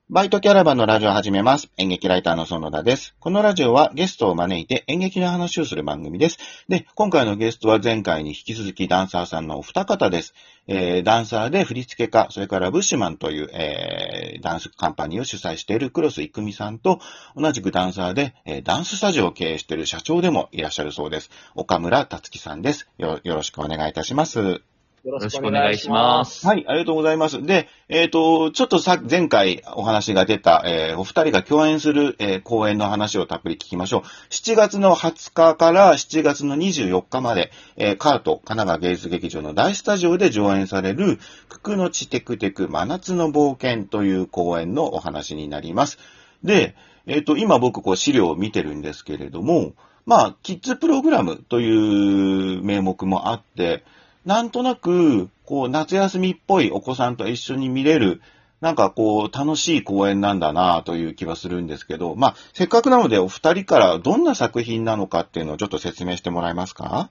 バイトキャラバンのラジオを始めます。演劇ライターの園田です。このラジオはゲストを招いて演劇の話をする番組です。で、今回のゲストは前回に引き続きダンサーさんのお二方です。ダンサーで振付家、それからブッシュマンという、ダンスカンパニーを主催している黒須郁美さんと、同じくダンサーで、ダンススタジオを経営している社長でもいらっしゃるそうです。岡村達樹さんです。よろしくお願いいたします。 よろしくお願いします。 はい、ありがとうございます。で、ちょっと前回お話が出た、お二人が共演する、公演の話をたっぷり聞きましょう。7月の20日から7月の24日まで、カート神奈川芸術劇場の大スタジオで上演される、九九の地テクテク真夏の冒険という公演のお話になります。で、今僕資料を見てるんですけれども、キッズプログラムという名目もあって、なんとなく、夏休みっぽいお子さんと一緒に見れる、楽しい公演なんだなという気はするんですけど、せっかくなのでお二人からどんな作品なのかっていうのをちょっと説明してもらえますか？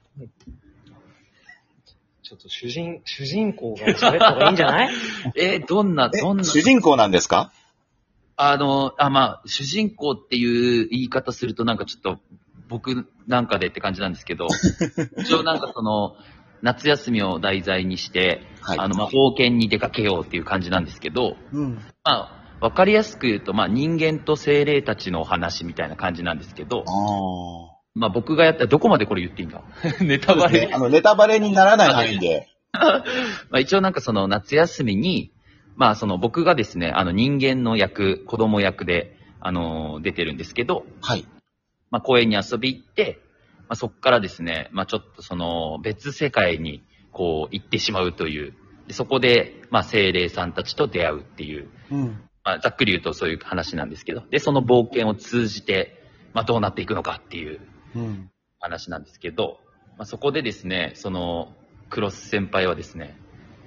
ちょっと主人公が喋った方がいいんじゃない？ どんな。 主人公なんですか？ 主人公っていう言い方するとちょっと僕なんかでって感じなんですけど、一応夏休みを題材にして、 はい、 冒険に出かけようっていう感じなんですけど、わかりやすく言うと、人間と精霊たちのお話みたいな感じなんですけど、僕がやったどこまでこれ言っていいんだネタバレ、 ネタバレにならない範囲で。 一応夏休みに、僕がですね、人間の役、子供役で、出てるんですけど、 はい。 公園に遊び行って、そこからですね、ちょっと別世界に行ってしまうという、でそこで精霊さんたちと出会うっていう、ざっくり言うとそういう話なんですけど、でその冒険を通じてどうなっていくのかっていう話なんですけど、そこでですね、クロス先輩はですね、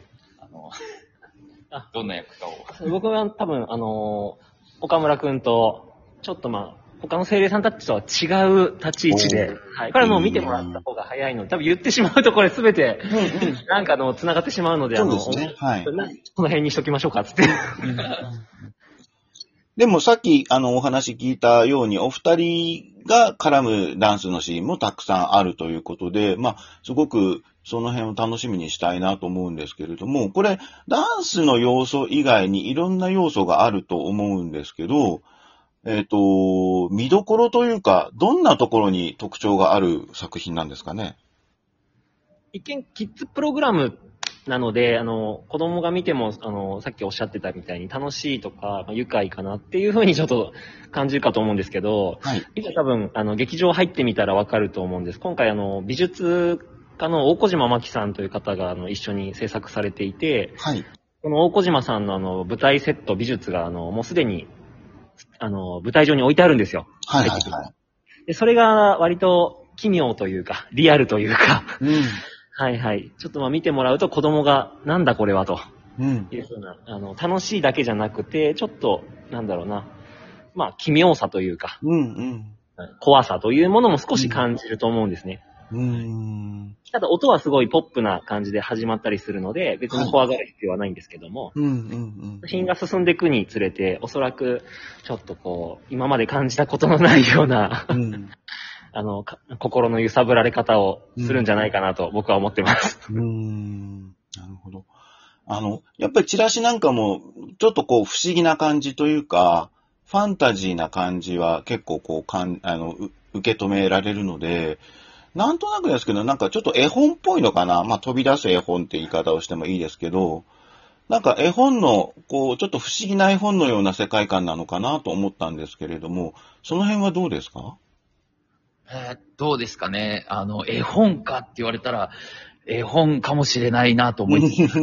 どんな役かを。 僕は多分岡村くんとちょっと他の精霊さんたちとは違う立ち位置で、はい。これはもう見てもらった方が早いので、多分言ってしまうとこれすべて、繋がってしまうので、 そうですね。はい。 この辺にしときましょうか、つって。 でもさっきお話聞いたように、お二人が絡むダンスのシーンもたくさんあるということで、すごくその辺を楽しみにしたいなと思うんですけれども、これ、ダンスの要素以外にいろんな要素があると思うんですけど、見どころというか、どんなところに特徴がある作品なんですかね？ 一見、キッズプログラムなので、子供が見ても、さっきおっしゃってたみたいに楽しいとか、愉快かなっていうふうにちょっと感じるかと思うんですけど、 はい。 いざ多分、劇場入ってみたらわかると思うんです。今回、美術家の大小島真紀さんという方が、一緒に制作されていて、 はい。 この大小島さんの舞台セット、美術が、もうすでに、舞台上に置いてあるんですよ。 はいはいはい。 で、それが割と奇妙というか、リアルというか、はいはい。ちょっと見てもらうと子供が、なんだこれはと。いうふうな、楽しいだけじゃなくて、ちょっと、奇妙さというか、怖さというものも少し感じると思うんですね。ただ音はすごいポップな感じで始まったりするので、別に怖がる必要はないんですけども、品が進んでいくにつれて、おそらく、ちょっと今まで感じたことのないような、心の揺さぶられ方をするんじゃないかなと僕は思ってます。 なるほど。やっぱりチラシなんかも、ちょっと不思議な感じというか、ファンタジーな感じは結構受け止められるので、なんとなくですけど、ちょっと絵本っぽいのかな？飛び出す絵本って言い方をしてもいいですけど、絵本の、ちょっと不思議な絵本のような世界観なのかなと思ったんですけれども、その辺はどうですか？ どうですかね。絵本かって言われたら、絵本かもしれないなと思いつつ。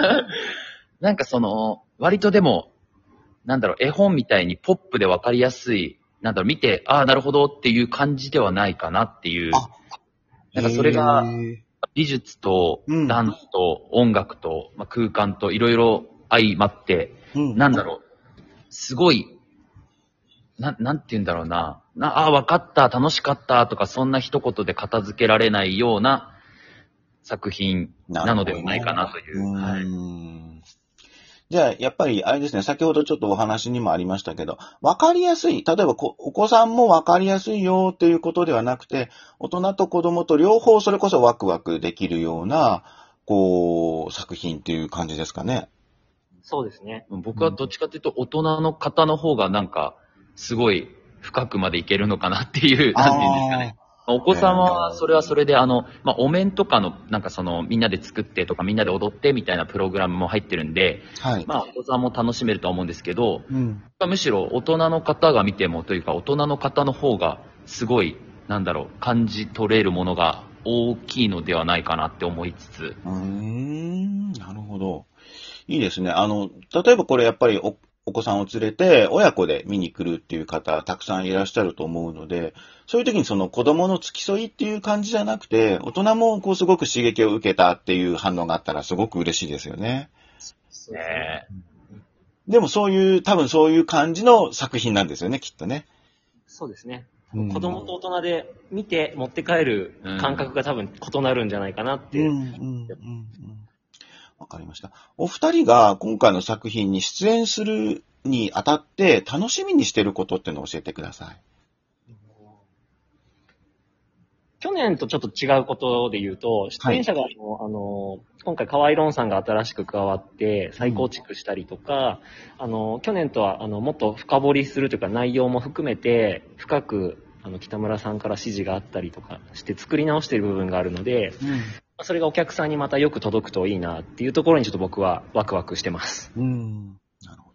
割とでも、絵本みたいにポップでわかりやすい、見て、なるほどっていう感じではないかなっていう。それが、美術とダンスと音楽と、空間といろいろ相まって、すごい、なんて言うんだろうな。わかった、楽しかったとか、そんな一言で片付けられないような作品なのではないかなという。 じゃあ、やっぱり、あれですね、先ほどちょっとお話にもありましたけど、わかりやすい、例えばお子さんもわかりやすいよっていうことではなくて、大人と子供と両方それこそワクワクできるような、作品っていう感じですかね。 そうですね。 僕はどっちかというと、大人の方の方がなんか、すごい深くまでいけるのかなっていう、なんていうんですかね。お子様はそれはそれでお面とかのなんかみんなで作ってとかみんなで踊ってみたいなプログラムも入ってるんで、はい、お子さんも楽しめるとは思うんですけど、むしろ大人の方が見てもというか大人の方の方がすごい感じ取れるものが大きいのではないかなって思いつつ。 なるほど。いいですね。例えばこれやっぱりお子さんを連れて親子で見に来るっていう方たくさんいらっしゃると思うので、そういう時にその子供の付き添いっていう感じじゃなくて、大人もすごく刺激を受けたっていう反応があったらすごく嬉しいですよね。 そうですね。 でも多分そういう感じの作品なんですよね、きっとね。 そうですね。子供と大人で見て持って帰る感覚が多分異なるんじゃないかなって。 わかりました。お二人が今回の作品に出演するにあたって楽しみにしていることっていうのを教えてください。 去年とちょっと違うことで言うと、出演者が今回河合ロンさんが新しく加わって再構築したりとか、去年とはもっと深掘りするというか内容も含めて深く北村さんから指示があったりとかして作り直している部分があるので、それがお客さんにまたよく届くといいなっていうところにちょっと僕はワクワクしてます。 なるほ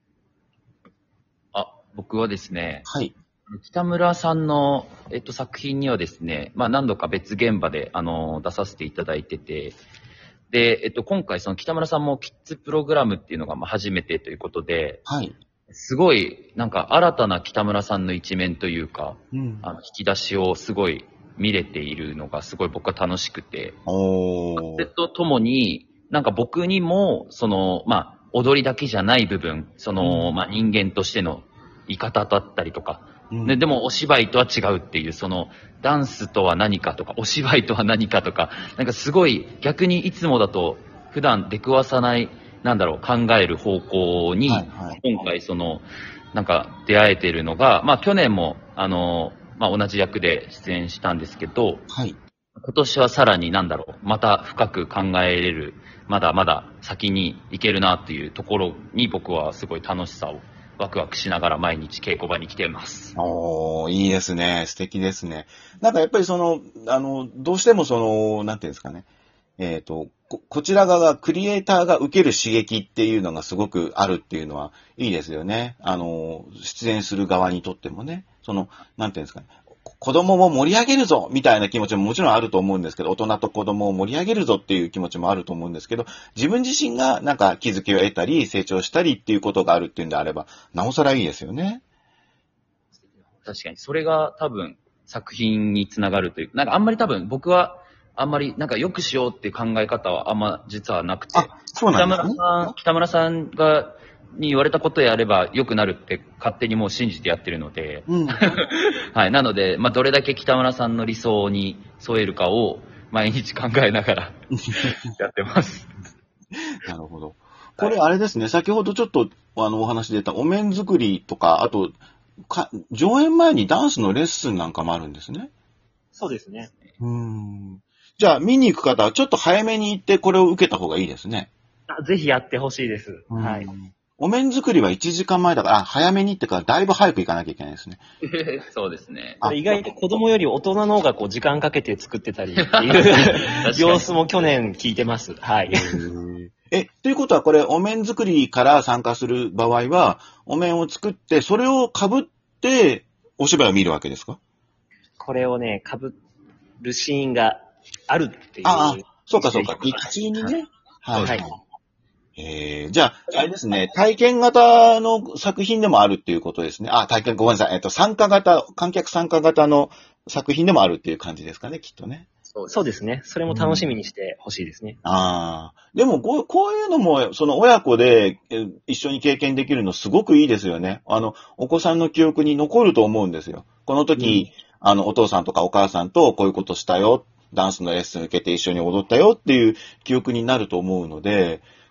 ど。僕はですね、 はい。 北村さんの、作品にはですね、何度か別現場で、出させていただいてて、で、今回その北村さんもキッズプログラムっていうのが初めてということで、 はい。 すごい、新たな北村さんの一面というか、引き出しをすごい見れているのがすごい僕は楽しくて、それとともに、僕にも、踊りだけじゃない部分、人間としての言い方だったりとか、でもお芝居とは違うっていう、ダンスとは何かとか、お芝居とは何かとか、すごい逆にいつもだと普段出くわさない、考える方向に、今回出会えているのが、去年も、同じ役で出演したんですけど、今年はさらにまた深く考えれる、まだまだ先に行けるなっていうところに僕はすごい楽しさをワクワクしながら毎日稽古場に来ています。 いいですね。素敵ですね。やっぱりどうしてもなんていうんですかね。こちら側が、クリエイターが受ける刺激っていうのがすごくあるっていうのはいいですよね。出演する側にとってもね。なんていうんですかね。子供も盛り上げるぞみたいな気持ちももちろんあると思うんですけど、大人と子供を盛り上げるぞっていう気持ちもあると思うんですけど、自分自身が気づきを得たり、成長したりっていうことがあるっていうんであれば、なおさらいいですよね。 確かに、それが多分作品につながるという、あんまり多分僕は、あんまり良くしようっていう考え方はあんま実はなくて、 そうなんですね。 北村さんに言われたことやれば良くなるって勝手にもう信じてやってるので、はい。なので、どれだけ北村さんの理想に添えるかを毎日考えながらやってます。 なるほど。これあれですね、先ほどちょっとお話出たお面作りとか、あと、上演前にダンスのレッスンなんかもあるんですね。 そうですね。 じゃあ見に行く方はちょっと早めに行ってこれを受けた方がいいですね。 ぜひやってほしいです。はい。 お面作りは1時間前だから、早めにってからだいぶ早く行かなきゃいけないですね。 そうですね。 意外と子供より大人の方が時間かけて作ってたりっていう様子も去年聞いてます。はい。 ということはこれ、お面作りから参加する場合は、お面を作って、それを被ってお芝居を見るわけですか？ これをね、被るシーンがあるっていう。 そうか。劇中にね。はい。じゃあ、あれですね、体験型の作品でもあるっていうことですね。ごめんなさい。観客参加型の作品でもあるっていう感じですかね、きっとね。 そうですね。それも楽しみにしてほしいですね。 でもこういうのも、親子で一緒に経験できるのすごくいいですよね。お子さんの記憶に残ると思うんですよ。この時、お父さんとかお母さんとこういうことしたよ。ダンスのレッスン受けて一緒に踊ったよっていう記憶になると思うので、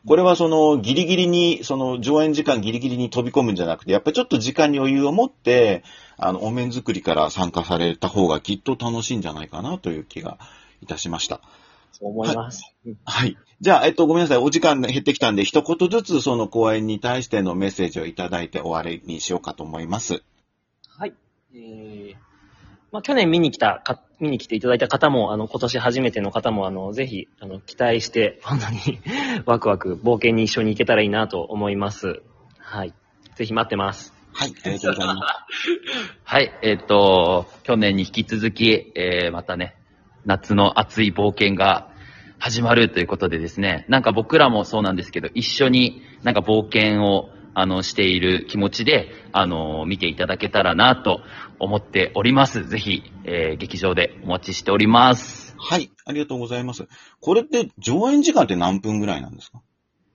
これはギリギリに、上演時間ギリギリに飛び込むんじゃなくて、やっぱりちょっと時間に余裕を持って、お面作りから参加された方がきっと楽しいんじゃないかなという気がいたしました。 そう思います。 はい。じゃあ、ごめんなさい。お時間減ってきたんで、一言ずつその講演に対してのメッセージをいただいて終わりにしようかと思います。 はい。去年見に来ていただいた方も、今年初めての方も、ぜひ、期待して、本当にワクワク、冒険に一緒に行けたらいいなと思います。はい。ぜひ待ってます。 はい、ありがとうございます。 はい、去年に引き続き、またね、夏の熱い冒険が始まるということでですね、なんか僕らもそうなんですけど、一緒になんか冒険を、している気持ちで、見ていただけたらなと思っております。ぜひ、劇場でお待ちしております。 はい、ありがとうございます。これって上演時間って何分ぐらいなんですか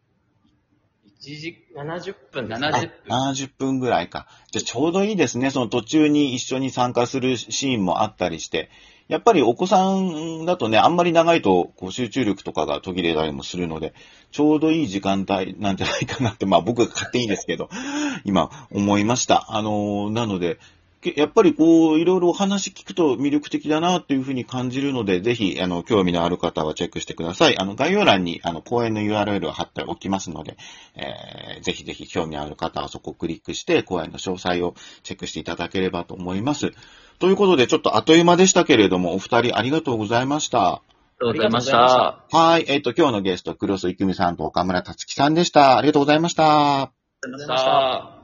？70分ですね。 70分ぐらいか。じゃあちょうどいいですね。その途中に一緒に参加するシーンもあったりして。やっぱりお子さんだとね、あんまり長いと集中力とかが途切れたりもするので、ちょうどいい時間帯なんじゃないかなって、僕が勝手にですけど、今思いました。なので、やっぱりいろいろお話聞くと魅力的だなっていうふうに感じるので、ぜひ、興味のある方はチェックしてください。概要欄に、講演の URL を貼っておきますので、ぜひぜひ興味ある方はそこをクリックして、講演の詳細をチェックしていただければと思います。ということで、ちょっとあっという間でしたけれども、お二人ありがとうございました。 ありがとうございました。 はい。今日のゲスト、黒須郁美さんと岡村達樹さんでした。ありがとうございました。 ありがとうございました。